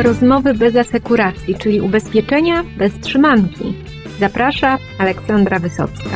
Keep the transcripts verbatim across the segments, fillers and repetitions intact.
Rozmowy bez asekuracji, czyli ubezpieczenia bez trzymanki. Zaprasza Aleksandra Wysocka.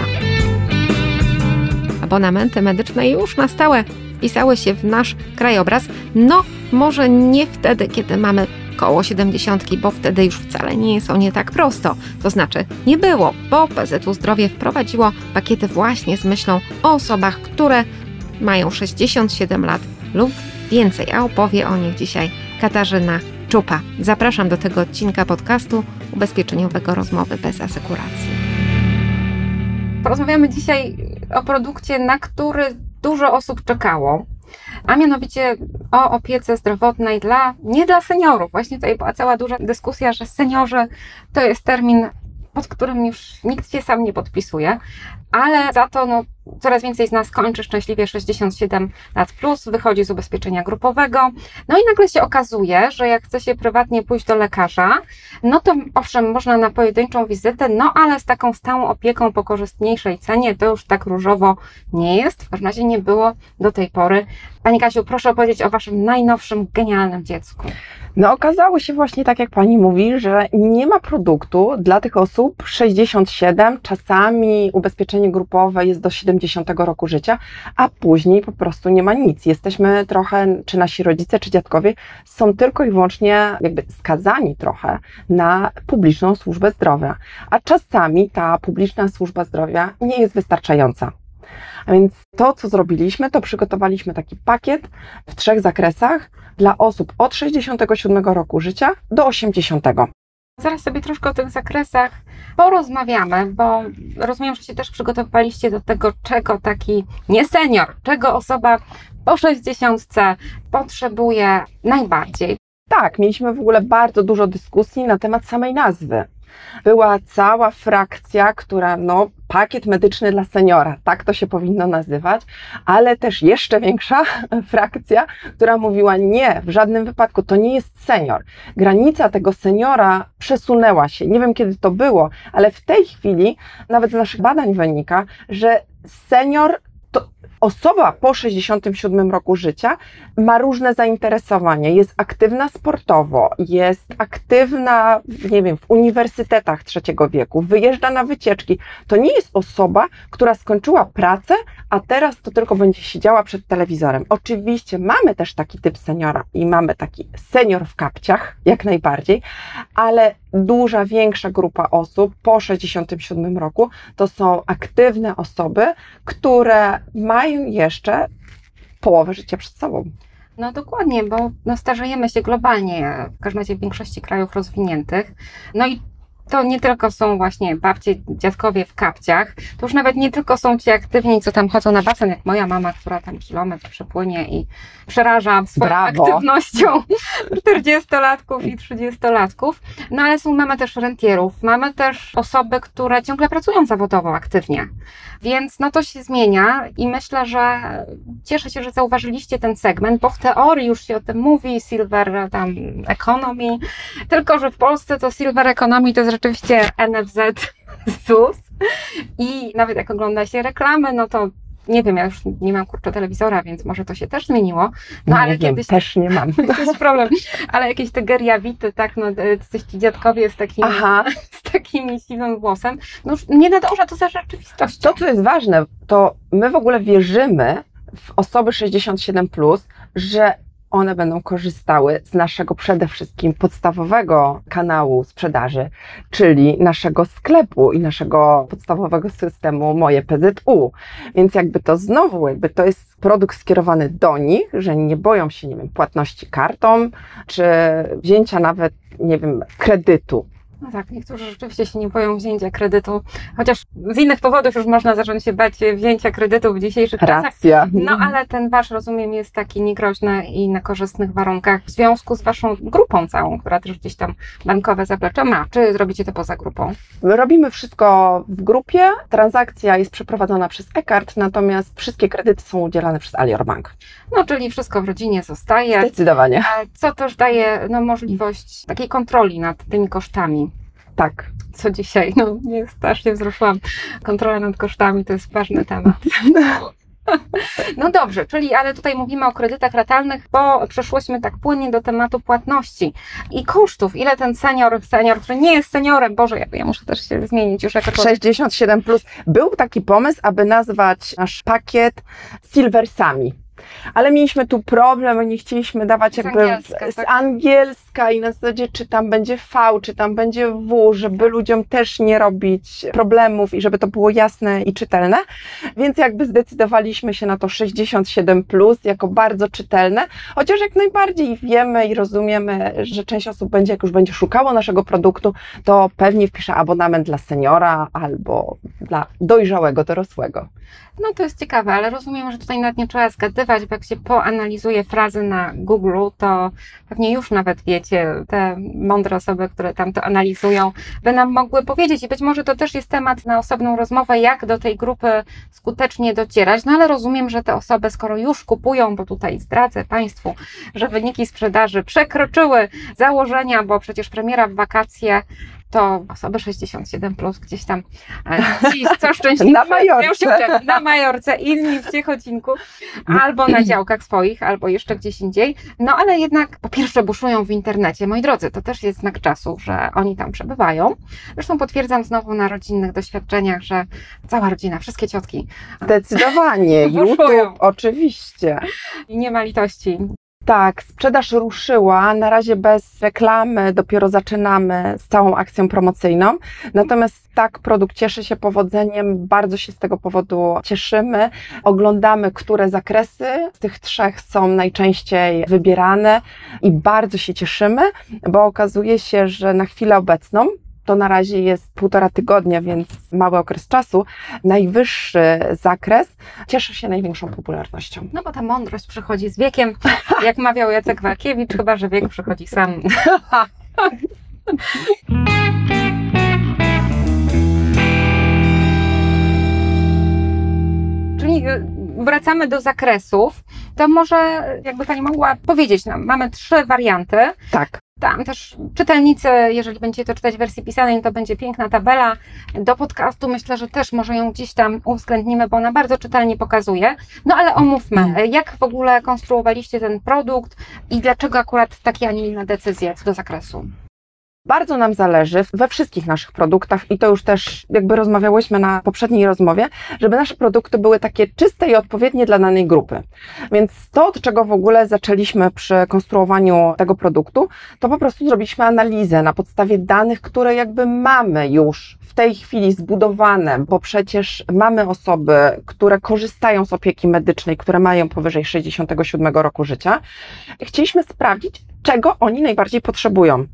Abonamenty medyczne już na stałe wpisały się w nasz krajobraz. No, może nie wtedy, kiedy mamy koło siedemdziesiątki, bo wtedy już wcale nie jest o nie tak prosto. To znaczy nie było, bo P Z U Zdrowie wprowadziło pakiety właśnie z myślą o osobach, które mają sześćdziesiąt siedem lat lub więcej, a opowie o nich dzisiaj Katarzyna Czupa. Zapraszam do tego odcinka podcastu ubezpieczeniowego Rozmowy bez asekuracji. Porozmawiamy dzisiaj o produkcie, na który dużo osób czekało, a mianowicie o opiece zdrowotnej dla, nie dla seniorów. Właśnie tutaj była cała duża dyskusja, że seniorzy to jest termin, pod którym już nikt się sam nie podpisuje, ale za to no, coraz więcej z nas kończy szczęśliwie sześćdziesiąt siedem lat plus, wychodzi z ubezpieczenia grupowego. No i nagle się okazuje, że jak chce się prywatnie pójść do lekarza, no to owszem, można na pojedynczą wizytę, no ale z taką stałą opieką po korzystniejszej cenie to już tak różowo nie jest. W każdym razie nie było do tej pory. Pani Kasiu, proszę opowiedzieć o Waszym najnowszym, genialnym dziecku. No okazało się właśnie tak, jak Pani mówi, że nie ma produktu dla tych osób sześćdziesiąt siedem, czasami ubezpieczenie grupowe jest do siedemdziesiątego roku życia, a później po prostu nie ma nic. Jesteśmy trochę, czy nasi rodzice, czy dziadkowie są tylko i wyłącznie jakby skazani trochę na publiczną służbę zdrowia, a czasami ta publiczna służba zdrowia nie jest wystarczająca. A więc to, co zrobiliśmy, to przygotowaliśmy taki pakiet w trzech zakresach dla osób od sześćdziesiątego siódmego roku życia do osiemdziesiątego. Zaraz sobie troszkę o tych zakresach porozmawiamy, bo rozumiem, że się też przygotowaliście do tego, czego taki nie senior, czego osoba po sześćdziesiątce potrzebuje najbardziej. Tak, mieliśmy w ogóle bardzo dużo dyskusji na temat samej nazwy. Była cała frakcja, która, no, pakiet medyczny dla seniora, tak to się powinno nazywać, ale też jeszcze większa frakcja, która mówiła nie, w żadnym wypadku to nie jest senior. Granica tego seniora przesunęła się, nie wiem kiedy to było, ale w tej chwili nawet z naszych badań wynika, że senior to osoba po sześćdziesiątym siódmym roku życia ma różne zainteresowania, jest aktywna sportowo, jest aktywna, nie wiem, w uniwersytetach trzeciego wieku, wyjeżdża na wycieczki. To nie jest osoba, która skończyła pracę, a teraz to tylko będzie siedziała przed telewizorem. Oczywiście mamy też taki typ seniora i mamy taki senior w kapciach, jak najbardziej, ale duża, większa grupa osób po sześćdziesiątym siódmym roku to są aktywne osoby, które mają jeszcze połowę życia przed sobą. No dokładnie, bo no, starzejemy się globalnie, w każdym razie w większości krajów rozwiniętych. No i to nie tylko są właśnie babcie, dziadkowie w kapciach, to już nawet nie tylko są ci aktywni, co tam chodzą na basen, jak moja mama, która tam kilometr przepłynie i przeraża swoją Brawo. aktywnością czterdziestolatków i trzydziestolatków. No ale są, mamy też rentierów, mamy też osoby, które ciągle pracują zawodowo aktywnie. Więc no to się zmienia i myślę, że cieszę się, że zauważyliście ten segment, bo w teorii już się o tym mówi, silver tam economy, tylko że w Polsce to silver economy to jest rzeczywiście N F Z Z U S i nawet jak ogląda się reklamy, no to nie wiem, ja już nie mam kurczę telewizora, więc może to się też zmieniło. No, no ale nie wiem, kiedyś też nie mam. To jest problem. Ale jakieś te geriawity, tak, no coś ci dziadkowie z takimi, z takimi siwym włosem, no już nie nadąża to za rzeczywistością. To, co jest ważne, to my w ogóle wierzymy w osoby sześćdziesiąt siedem plus, że one będą korzystały z naszego przede wszystkim podstawowego kanału sprzedaży, czyli naszego sklepu i naszego podstawowego systemu Moje P Z U. Więc jakby to znowu, jakby to jest produkt skierowany do nich, że nie boją się, nie wiem, płatności kartą, czy wzięcia nawet, nie wiem, kredytu. No tak, niektórzy rzeczywiście się nie boją wzięcia kredytu, chociaż z innych powodów już można zacząć się bać wzięcia kredytu w dzisiejszych czasach. Racja. No ale ten wasz, rozumiem, jest taki niegroźny i na korzystnych warunkach w związku z waszą grupą całą, która też gdzieś tam bankowe zaplecze ma. Czy zrobicie to poza grupą? My robimy wszystko w grupie, transakcja jest przeprowadzona przez e-kart, natomiast wszystkie kredyty są udzielane przez Alior Bank. No, czyli wszystko w rodzinie zostaje. Zdecydowanie. Co też daje no, możliwość takiej kontroli nad tymi kosztami. Tak. Co dzisiaj, no nie strasznie wzruszyłam. Kontrola nad kosztami to jest ważny temat. No dobrze, czyli ale tutaj mówimy o kredytach ratalnych, bo przeszłyśmy tak płynnie do tematu płatności i kosztów. Ile ten senior, senior, który nie jest seniorem, Boże, ja, ja muszę też się zmienić już jako człowiek. sześćdziesiąt siedem plus. Był taki pomysł, aby nazwać nasz pakiet Silversami. Ale mieliśmy tu problem, nie chcieliśmy dawać Z jakby angielska, z tak? angielska i na zasadzie czy tam będzie V, czy tam będzie W, żeby ludziom też nie robić problemów i żeby to było jasne i czytelne. Więc jakby zdecydowaliśmy się na to sześćdziesiąt siedem plus jako bardzo czytelne, chociaż jak najbardziej wiemy i rozumiemy, że część osób będzie, jak już będzie szukało naszego produktu, to pewnie wpisze abonament dla seniora albo dla dojrzałego dorosłego. No to jest ciekawe, ale rozumiem, że tutaj nawet nie trzeba zgadywać, bo jak się poanalizuje frazy na Google, to pewnie już nawet wiecie, te mądre osoby, które tam to analizują, by nam mogły powiedzieć i być może to też jest temat na osobną rozmowę, jak do tej grupy skutecznie docierać, no ale rozumiem, że te osoby, skoro już kupują, bo tutaj zdradzę Państwu, że wyniki sprzedaży przekroczyły założenia, bo przecież premiera w wakacje to osoby sześćdziesiąt siedem plus gdzieś tam ci co szczęśliwi Na Majorce. na Majorce, inni w Ciechocinku, albo na działkach swoich, albo jeszcze gdzieś indziej. No ale jednak po pierwsze buszują w internecie. Moi drodzy, to też jest znak czasu, że oni tam przebywają. Zresztą potwierdzam znowu na rodzinnych doświadczeniach, że cała rodzina, wszystkie ciotki Zdecydowanie, Buszują. YouTube, oczywiście. i nie ma litości. Tak, sprzedaż ruszyła, na razie bez reklamy, dopiero zaczynamy z całą akcją promocyjną. Natomiast tak, produkt cieszy się powodzeniem, bardzo się z tego powodu cieszymy. Oglądamy, które zakresy z tych trzech są najczęściej wybierane i bardzo się cieszymy, bo okazuje się, że na chwilę obecną, to na razie jest półtora tygodnia, więc mały okres czasu, najwyższy zakres cieszy się największą popularnością. No bo ta mądrość przychodzi z wiekiem, jak mawiał Jacek Walkiewicz, chyba że wiek przychodzi sam. Czyli wracamy do zakresów, to może jakby Pani mogła powiedzieć nam, mamy trzy warianty. Tak. Tam też czytelnicy, jeżeli będziecie to czytać w wersji pisanej, to będzie piękna tabela. Do podcastu myślę, że też może ją gdzieś tam uwzględnimy, bo ona bardzo czytelnie pokazuje. No ale omówmy, jak w ogóle konstruowaliście ten produkt i dlaczego akurat takie, a nie inne decyzje co do zakresu? Bardzo nam zależy we wszystkich naszych produktach i to już też jakby rozmawiałyśmy na poprzedniej rozmowie, żeby nasze produkty były takie czyste i odpowiednie dla danej grupy. Więc to, od czego w ogóle zaczęliśmy przy konstruowaniu tego produktu, to po prostu zrobiliśmy analizę na podstawie danych, które jakby mamy już w tej chwili zbudowane, bo przecież mamy osoby, które korzystają z opieki medycznej, które mają powyżej sześćdziesiątego siódmego roku życia. Chcieliśmy sprawdzić, czego oni najbardziej potrzebują.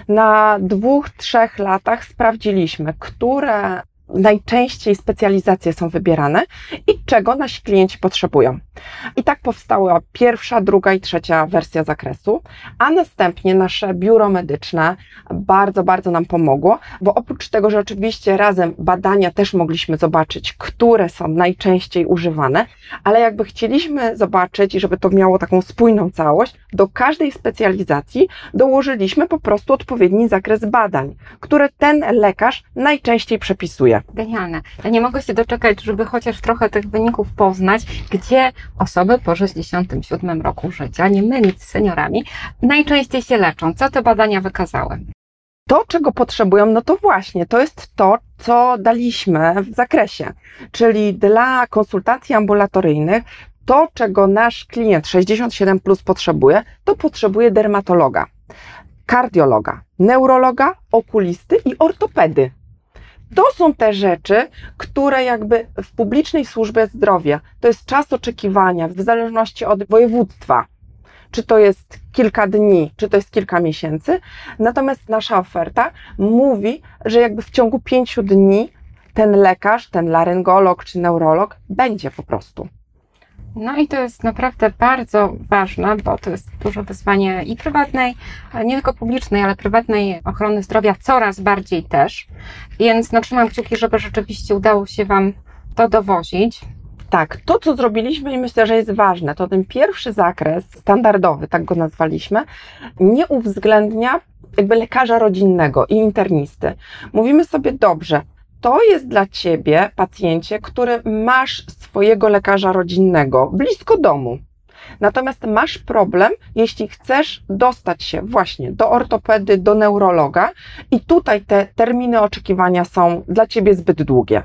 Na dwóch, trzech latach sprawdziliśmy, które najczęściej specjalizacje są wybierane i czego nasi klienci potrzebują. I tak powstała pierwsza, druga i trzecia wersja zakresu, a następnie nasze biuro medyczne bardzo, bardzo nam pomogło, bo oprócz tego, że oczywiście razem badania też mogliśmy zobaczyć, które są najczęściej używane, ale jakby chcieliśmy zobaczyć i żeby to miało taką spójną całość, do każdej specjalizacji dołożyliśmy po prostu odpowiedni zakres badań, które ten lekarz najczęściej przepisuje. Genialne. Ja nie mogę się doczekać, żeby chociaż trochę tych wyników poznać, gdzie osoby po sześćdziesiątym siódmym roku życia, nie mylić z seniorami, najczęściej się leczą. Co te badania wykazały? To, czego potrzebują, no to właśnie, to jest to, co daliśmy w zakresie, czyli dla konsultacji ambulatoryjnych, to, czego nasz klient sześćdziesiąt siedem plus potrzebuje, to potrzebuje dermatologa, kardiologa, neurologa, okulisty i ortopedy. To są te rzeczy, które jakby w publicznej służbie zdrowia, to jest czas oczekiwania w zależności od województwa, czy to jest kilka dni, czy to jest kilka miesięcy, natomiast nasza oferta mówi, że jakby w ciągu pięciu dni ten lekarz, ten laryngolog czy neurolog będzie po prostu. No i to jest naprawdę bardzo ważne, bo to jest duże wyzwanie i prywatnej, nie tylko publicznej, ale prywatnej ochrony zdrowia coraz bardziej też. Więc no, trzymam kciuki, żeby rzeczywiście udało się Wam to dowozić. Tak, to co zrobiliśmy i myślę, że jest ważne, to ten pierwszy zakres standardowy, tak go nazwaliśmy, nie uwzględnia jakby lekarza rodzinnego i internisty. Mówimy sobie dobrze, to jest dla Ciebie, pacjencie, który masz swojego lekarza rodzinnego blisko domu. Natomiast masz problem, jeśli chcesz dostać się właśnie do ortopedy, do neurologa i tutaj te terminy oczekiwania są dla Ciebie zbyt długie.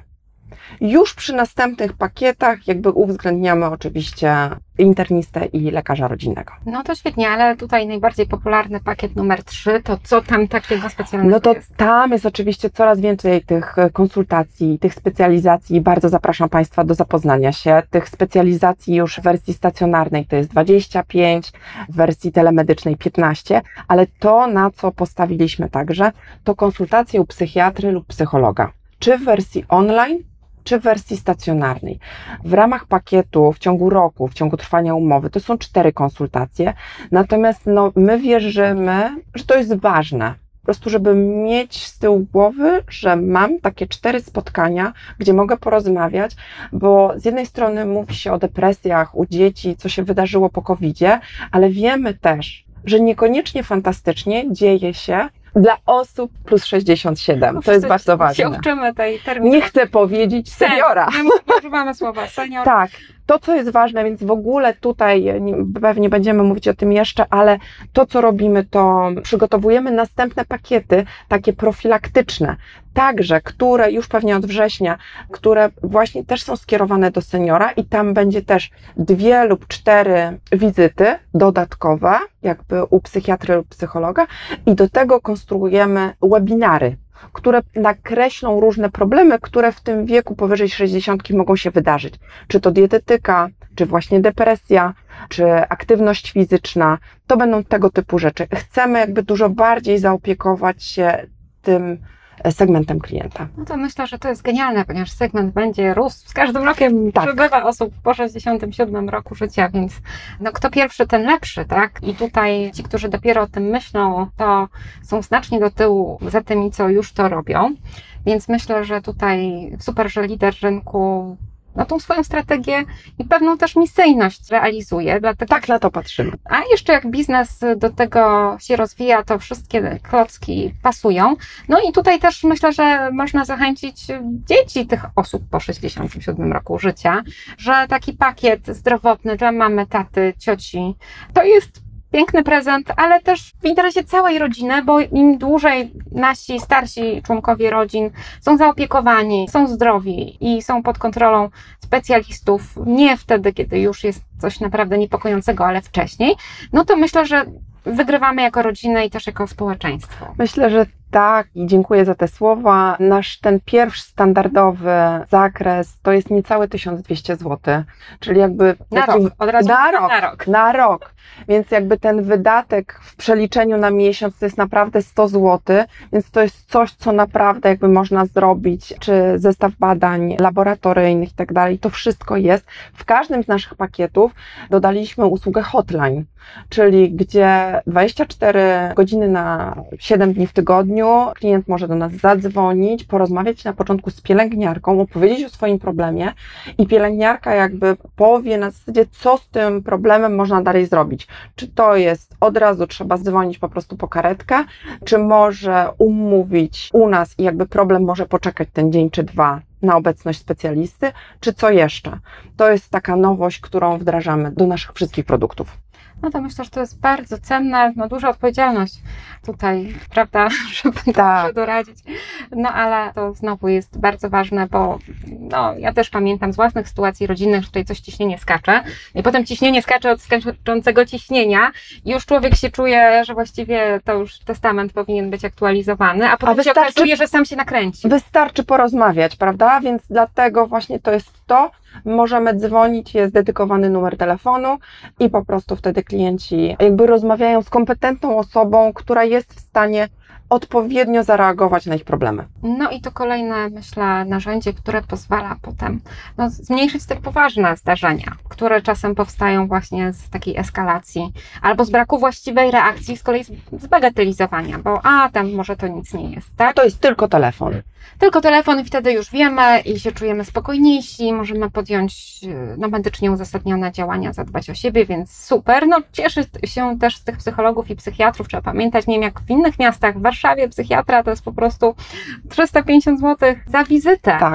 Już przy następnych pakietach jakby uwzględniamy oczywiście internistę i lekarza rodzinnego. No to świetnie, ale tutaj najbardziej popularny pakiet numer trzy, to co tam takiego specjalnego No to jest? tam jest oczywiście coraz więcej tych konsultacji, tych specjalizacji. Bardzo zapraszam Państwa do zapoznania się. Tych specjalizacji już w wersji stacjonarnej to jest dwadzieścia pięć, w wersji telemedycznej piętnaście, ale to, na co postawiliśmy także, to konsultacje u psychiatry lub psychologa. Czy w wersji online, czy w wersji stacjonarnej. W ramach pakietu w ciągu roku, w ciągu trwania umowy, to są cztery konsultacje, natomiast no, my wierzymy, że to jest ważne. Po prostu, żeby mieć z tyłu głowy, że mam takie cztery spotkania, gdzie mogę porozmawiać, bo z jednej strony mówi się o depresjach u dzieci, co się wydarzyło po kowidzie, ale wiemy też, że niekoniecznie fantastycznie dzieje się dla osób plus sześćdziesiąt siedem. No to jest bardzo się ważne. uczymy tej terminologii. Nie chcę powiedzieć seniora. Nie, nie używamy słowa senior. Tak, to co jest ważne, więc w ogóle tutaj nie, pewnie będziemy mówić o tym jeszcze, ale to co robimy, to przygotowujemy następne pakiety, takie profilaktyczne, także, które już pewnie od września, które właśnie też są skierowane do seniora i tam będzie też dwie lub cztery wizyty dodatkowe, jakby u psychiatry lub psychologa i do tego konstruujemy webinary, które nakreślą różne problemy, które w tym wieku powyżej sześćdziesiątki mogą się wydarzyć. Czy to dietetyka, czy właśnie depresja, czy aktywność fizyczna. To będą tego typu rzeczy. Chcemy jakby dużo bardziej zaopiekować się tym segmentem klienta. No to myślę, że to jest genialne, ponieważ segment będzie rósł. Z każdym rokiem Tak. przybywa osób po sześćdziesiątym siódmym roku życia, więc no kto pierwszy, ten lepszy, tak? I tutaj ci, którzy dopiero o tym myślą, to są znacznie do tyłu za tymi, co już to robią. Więc myślę, że tutaj super, że lider rynku no tą swoją strategię i pewną też misyjność realizuje. Dlatego, Tak na to patrzymy. a jeszcze jak biznes do tego się rozwija, to wszystkie klocki pasują. No i tutaj też myślę, że można zachęcić dzieci tych osób po sześćdziesiątym siódmym roku życia, że taki pakiet zdrowotny dla mamy, taty, cioci, to jest piękny prezent, ale też w interesie całej rodziny, bo im dłużej nasi starsi członkowie rodzin są zaopiekowani, są zdrowi i są pod kontrolą specjalistów, nie wtedy, kiedy już jest coś naprawdę niepokojącego, ale wcześniej, no to myślę, że wygrywamy jako rodzina i też jako społeczeństwo. Myślę, że tak i dziękuję za te słowa. Nasz ten pierwszy standardowy zakres to jest niecałe tysiąc dwieście złotych, czyli jakby... Na taki, rok, od razu na rok, na rok. Na rok, więc jakby ten wydatek w przeliczeniu na miesiąc to jest naprawdę sto złotych, więc to jest coś, co naprawdę jakby można zrobić, czy zestaw badań laboratoryjnych i tak dalej, to wszystko jest. W każdym z naszych pakietów dodaliśmy usługę hotline, czyli gdzie dwadzieścia cztery godziny na siedem dni w tygodniu klient może do nas zadzwonić, porozmawiać na początku z pielęgniarką, opowiedzieć o swoim problemie i pielęgniarka jakby powie na zasadzie, co z tym problemem można dalej zrobić. Czy to jest od razu trzeba dzwonić po prostu po karetkę, czy może umówić u nas i jakby problem może poczekać ten dzień czy dwa na obecność specjalisty, czy co jeszcze. To jest taka nowość, którą wdrażamy do naszych wszystkich produktów. No to myślę, że to jest bardzo cenne, no duża odpowiedzialność tutaj, prawda, żeby Tak. dobrze doradzić. No ale to znowu jest bardzo ważne, bo no, ja też pamiętam z własnych sytuacji rodzinnych, że tutaj coś ciśnienie skacze i potem ciśnienie skacze od skaczącego ciśnienia i już człowiek się czuje, że właściwie to już testament powinien być aktualizowany, a potem A się wystarczy- okazuje, że sam się nakręci. Wystarczy porozmawiać, prawda? Więc dlatego właśnie to jest to. Możemy dzwonić, jest dedykowany numer telefonu i po prostu wtedy klienci jakby rozmawiają z kompetentną osobą, która jest w stanie odpowiednio zareagować na ich problemy. No i to kolejne, myślę, narzędzie, które pozwala potem no, zmniejszyć te poważne zdarzenia, które czasem powstają właśnie z takiej eskalacji albo z braku właściwej reakcji, z kolei z zbagatelizowania, bo a, tam może to nic nie jest, A tak? to jest tylko telefon. Tylko telefon i wtedy już wiemy i się czujemy spokojniejsi, możemy podjąć no, medycznie uzasadnione działania, zadbać o siebie, więc super. No cieszę się też z tych psychologów i psychiatrów, trzeba pamiętać, nie wiem jak w innych miastach, w Warszawie, Warszawie psychiatra to jest po prostu trzysta pięćdziesiąt złotych za wizytę. Tak.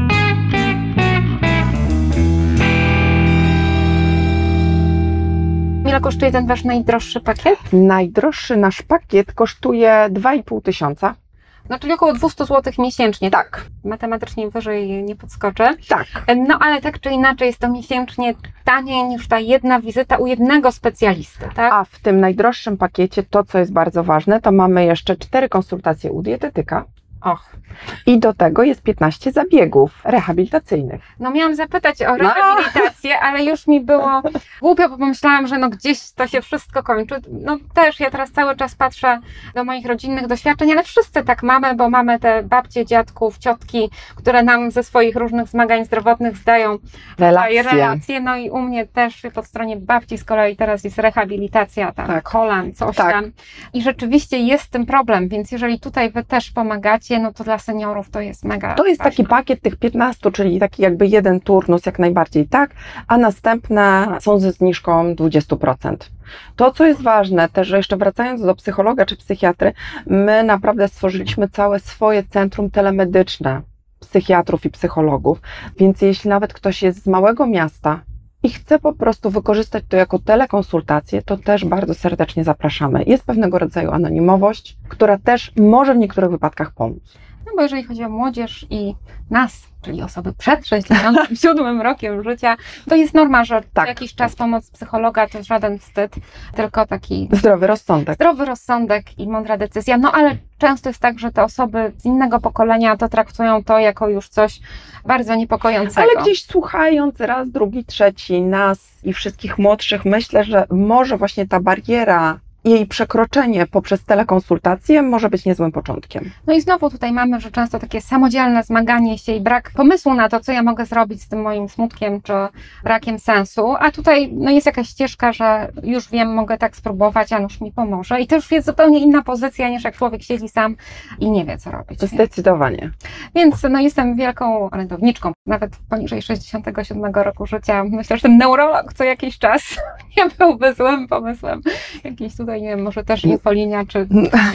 Ile kosztuje ten Wasz najdroższy pakiet? Najdroższy nasz pakiet kosztuje dwa i pół tysiąca. No, czyli około dwieście złotych miesięcznie. Tak. Matematycznie wyżej nie podskoczę. Tak. No, ale tak czy inaczej jest to miesięcznie taniej niż ta jedna wizyta u jednego specjalisty, tak? A w tym najdroższym pakiecie to, co jest bardzo ważne, to mamy jeszcze cztery konsultacje u dietetyka. Och. I do tego jest piętnaście zabiegów rehabilitacyjnych. No miałam zapytać o rehabilitację, no. ale już mi było głupio, bo pomyślałam, że no gdzieś to się wszystko kończy. No też ja teraz cały czas patrzę do moich rodzinnych doświadczeń, ale wszyscy tak mamy, bo mamy te babcie, dziadków, ciotki, które nam ze swoich różnych zmagań zdrowotnych zdają relacje. relacje. No i u mnie też po stronie babci z kolei teraz jest rehabilitacja tam tak. kolan, coś tak. tam. I rzeczywiście jest z tym problem, więc jeżeli tutaj Wy też pomagacie, no to dla seniorów to jest mega To jest ważne. taki pakiet tych piętnastu, czyli taki jakby jeden turnus jak najbardziej, tak, a następne są ze zniżką dwadzieścia procent. To, co jest ważne też, że jeszcze wracając do psychologa czy psychiatry, my naprawdę stworzyliśmy całe swoje centrum telemedyczne psychiatrów i psychologów, więc jeśli nawet ktoś jest z małego miasta i chce po prostu wykorzystać to jako telekonsultację, to też bardzo serdecznie zapraszamy. Jest pewnego rodzaju anonimowość, która też może w niektórych wypadkach pomóc. No bo jeżeli chodzi o młodzież i nas, czyli osoby przed sześćdziesiątym siódmym rokiem życia, to jest norma, że tak. jakiś czas pomoc psychologa to żaden wstyd, tylko taki zdrowy rozsądek. Zdrowy rozsądek i mądra decyzja. No ale często jest tak, że te osoby z innego pokolenia to traktują to jako już coś bardzo niepokojącego. Ale gdzieś słuchając raz, drugi, trzeci nas i wszystkich młodszych, myślę, że może właśnie ta bariera, jej przekroczenie poprzez telekonsultację może być niezłym początkiem. No i znowu tutaj mamy, że często takie samodzielne zmaganie się i brak pomysłu na to, co ja mogę zrobić z tym moim smutkiem czy brakiem sensu, a tutaj no jest jakaś ścieżka, że już wiem, mogę tak spróbować, a już mi pomoże i to już jest zupełnie inna pozycja niż jak człowiek siedzi sam i nie wie, co robić. Zdecydowanie. Więc no jestem wielką orędowniczką, nawet poniżej sześćdziesiątego siódmego roku życia. Myślę, że ten neurolog co jakiś czas nie byłby złym pomysłem. Jakiś tutaj, nie wiem, może też infolinia, czy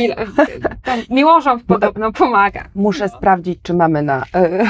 Miłożąt podobno pomaga. Muszę sprawdzić, czy mamy na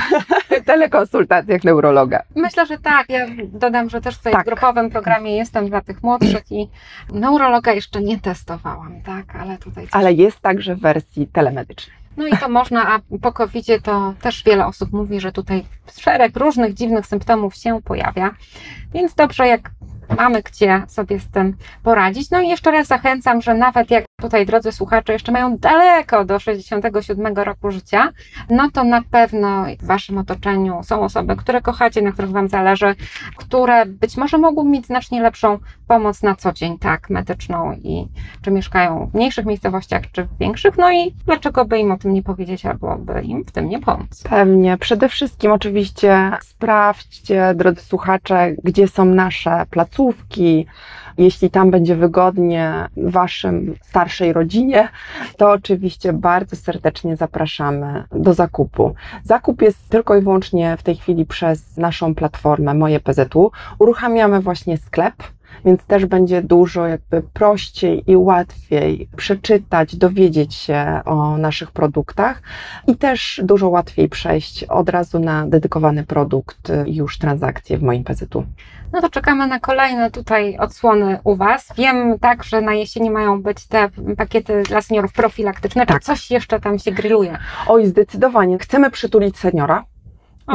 e, telekonsultacjach neurologa. Myślę, że tak. Ja dodam, że też tutaj tak. w grupowym programie jestem dla tych młodszych i neurologa jeszcze nie testowałam, tak, ale tutaj coś... Ale jest także w wersji telemedycznej. No i to można, a po kowidzie to też wiele osób mówi, że tutaj szereg różnych dziwnych symptomów się pojawia, więc dobrze, jak mamy gdzie sobie z tym poradzić. No i jeszcze raz zachęcam, że nawet jak tutaj, drodzy słuchacze, jeszcze mają daleko do sześćdziesiątego siódmego roku życia, no to na pewno w Waszym otoczeniu są osoby, które kochacie, na których Wam zależy, które być może mogą mieć znacznie lepszą pomoc na co dzień, tak, medyczną i czy mieszkają w mniejszych miejscowościach, czy w większych, no i dlaczego by im o tym nie powiedzieć, albo by im w tym nie pomóc. Pewnie. Przede wszystkim oczywiście sprawdźcie, drodzy słuchacze, gdzie są nasze placówki. Jeśli tam będzie wygodnie Waszym starszej rodzinie, to oczywiście bardzo serdecznie zapraszamy do zakupu. Zakup jest tylko i wyłącznie w tej chwili przez naszą platformę Moje P Z U. Uruchamiamy właśnie sklep, więc też będzie dużo jakby prościej i łatwiej przeczytać, dowiedzieć się o naszych produktach i też dużo łatwiej przejść od razu na dedykowany produkt i już transakcje w moim P Z U. No to czekamy na kolejne tutaj odsłony u Was. Wiem tak, że na jesieni mają być te pakiety dla seniorów profilaktyczne, czy tak. coś jeszcze tam się grilluje? Oj, zdecydowanie. Chcemy przytulić seniora. O,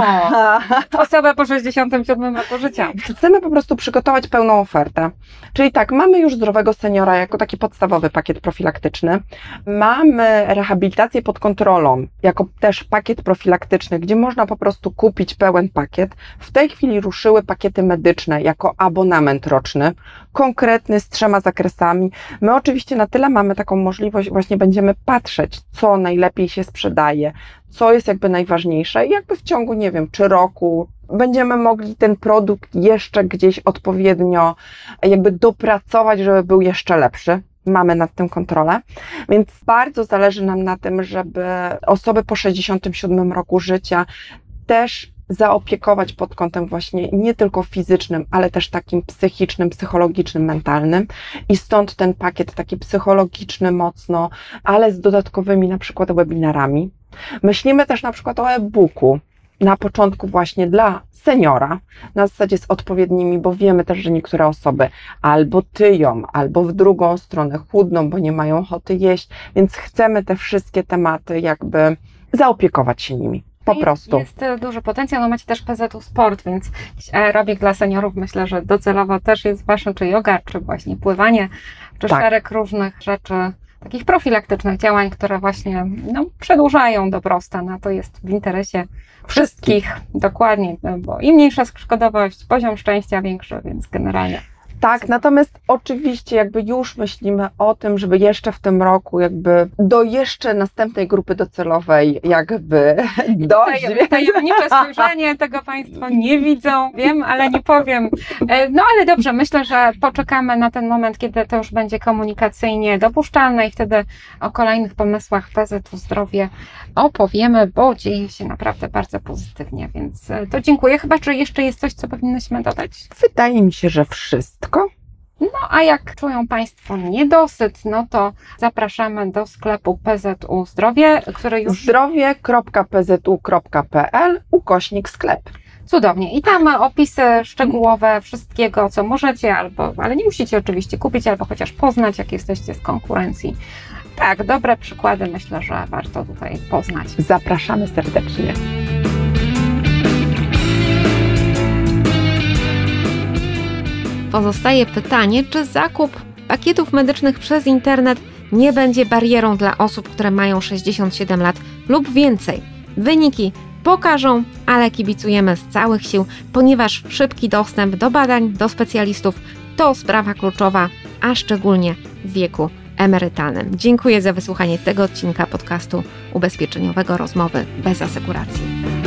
osobę po sześćdziesiątym siódmym roku życia. Chcemy po prostu przygotować pełną ofertę. Czyli tak, mamy już zdrowego seniora jako taki podstawowy pakiet profilaktyczny. Mamy rehabilitację pod kontrolą jako też pakiet profilaktyczny, gdzie można po prostu kupić pełen pakiet. W tej chwili ruszyły pakiety medyczne jako abonament roczny, konkretny z trzema zakresami. My oczywiście na tyle mamy taką możliwość, właśnie będziemy patrzeć, co najlepiej się sprzedaje, co jest jakby najważniejsze i jakby w ciągu, nie wiem, czy roku będziemy mogli ten produkt jeszcze gdzieś odpowiednio jakby dopracować, żeby był jeszcze lepszy. Mamy nad tym kontrolę, więc bardzo zależy nam na tym, żeby osoby po sześćdziesiątym siódmym roku życia też zaopiekować pod kątem właśnie nie tylko fizycznym, ale też takim psychicznym, psychologicznym, mentalnym i stąd ten pakiet taki psychologiczny mocno, ale z dodatkowymi na przykład webinarami. Myślimy też na przykład o e-booku, na początku właśnie dla seniora, na zasadzie z odpowiednimi, bo wiemy też, że niektóre osoby albo tyją, albo w drugą stronę chudną, bo nie mają ochoty jeść, więc chcemy te wszystkie tematy jakby zaopiekować się nimi. Po prostu. Jest duży potencjał, no macie też P Z U Sport, więc aerobik dla seniorów myślę, że docelowo też jest waszym, czy yoga, czy właśnie pływanie, czy Tak. szereg różnych rzeczy, takich profilaktycznych działań, które właśnie no, przedłużają dobrostan, a to jest w interesie wszystkich. Dokładnie, bo im mniejsza szkodowość, poziom szczęścia większy, więc generalnie. Tak, natomiast oczywiście jakby już myślimy o tym, żeby jeszcze w tym roku jakby do jeszcze następnej grupy docelowej jakby dojść. Tajem, tajemnicze spojrzenie, tego Państwo nie widzą, wiem, ale nie powiem. No ale dobrze, myślę, że poczekamy na ten moment, kiedy to już będzie komunikacyjnie dopuszczalne i wtedy o kolejnych pomysłach P Z U Zdrowie opowiemy, bo dzieje się naprawdę bardzo pozytywnie, więc to dziękuję. Chyba, że jeszcze jest coś, co powinnyśmy dodać? Wydaje mi się, że wszystko. No a jak czują Państwo niedosyt, no to zapraszamy do sklepu P Z U Zdrowie, który już... zdrowie kropka p z u kropka p l ukośnik sklep. Cudownie. I tam opisy szczegółowe wszystkiego, co możecie, albo, ale nie musicie oczywiście kupić, albo chociaż poznać, jak jesteście z konkurencji. Tak, dobre przykłady myślę, że warto tutaj poznać. Zapraszamy serdecznie. Pozostaje pytanie, czy zakup pakietów medycznych przez internet nie będzie barierą dla osób, które mają sześćdziesiąt siedem lat lub więcej. Wyniki pokażą, ale kibicujemy z całych sił, ponieważ szybki dostęp do badań, do specjalistów to sprawa kluczowa, a szczególnie w wieku emerytalnym. Dziękuję za wysłuchanie tego odcinka podcastu ubezpieczeniowego Rozmowy bez asekuracji.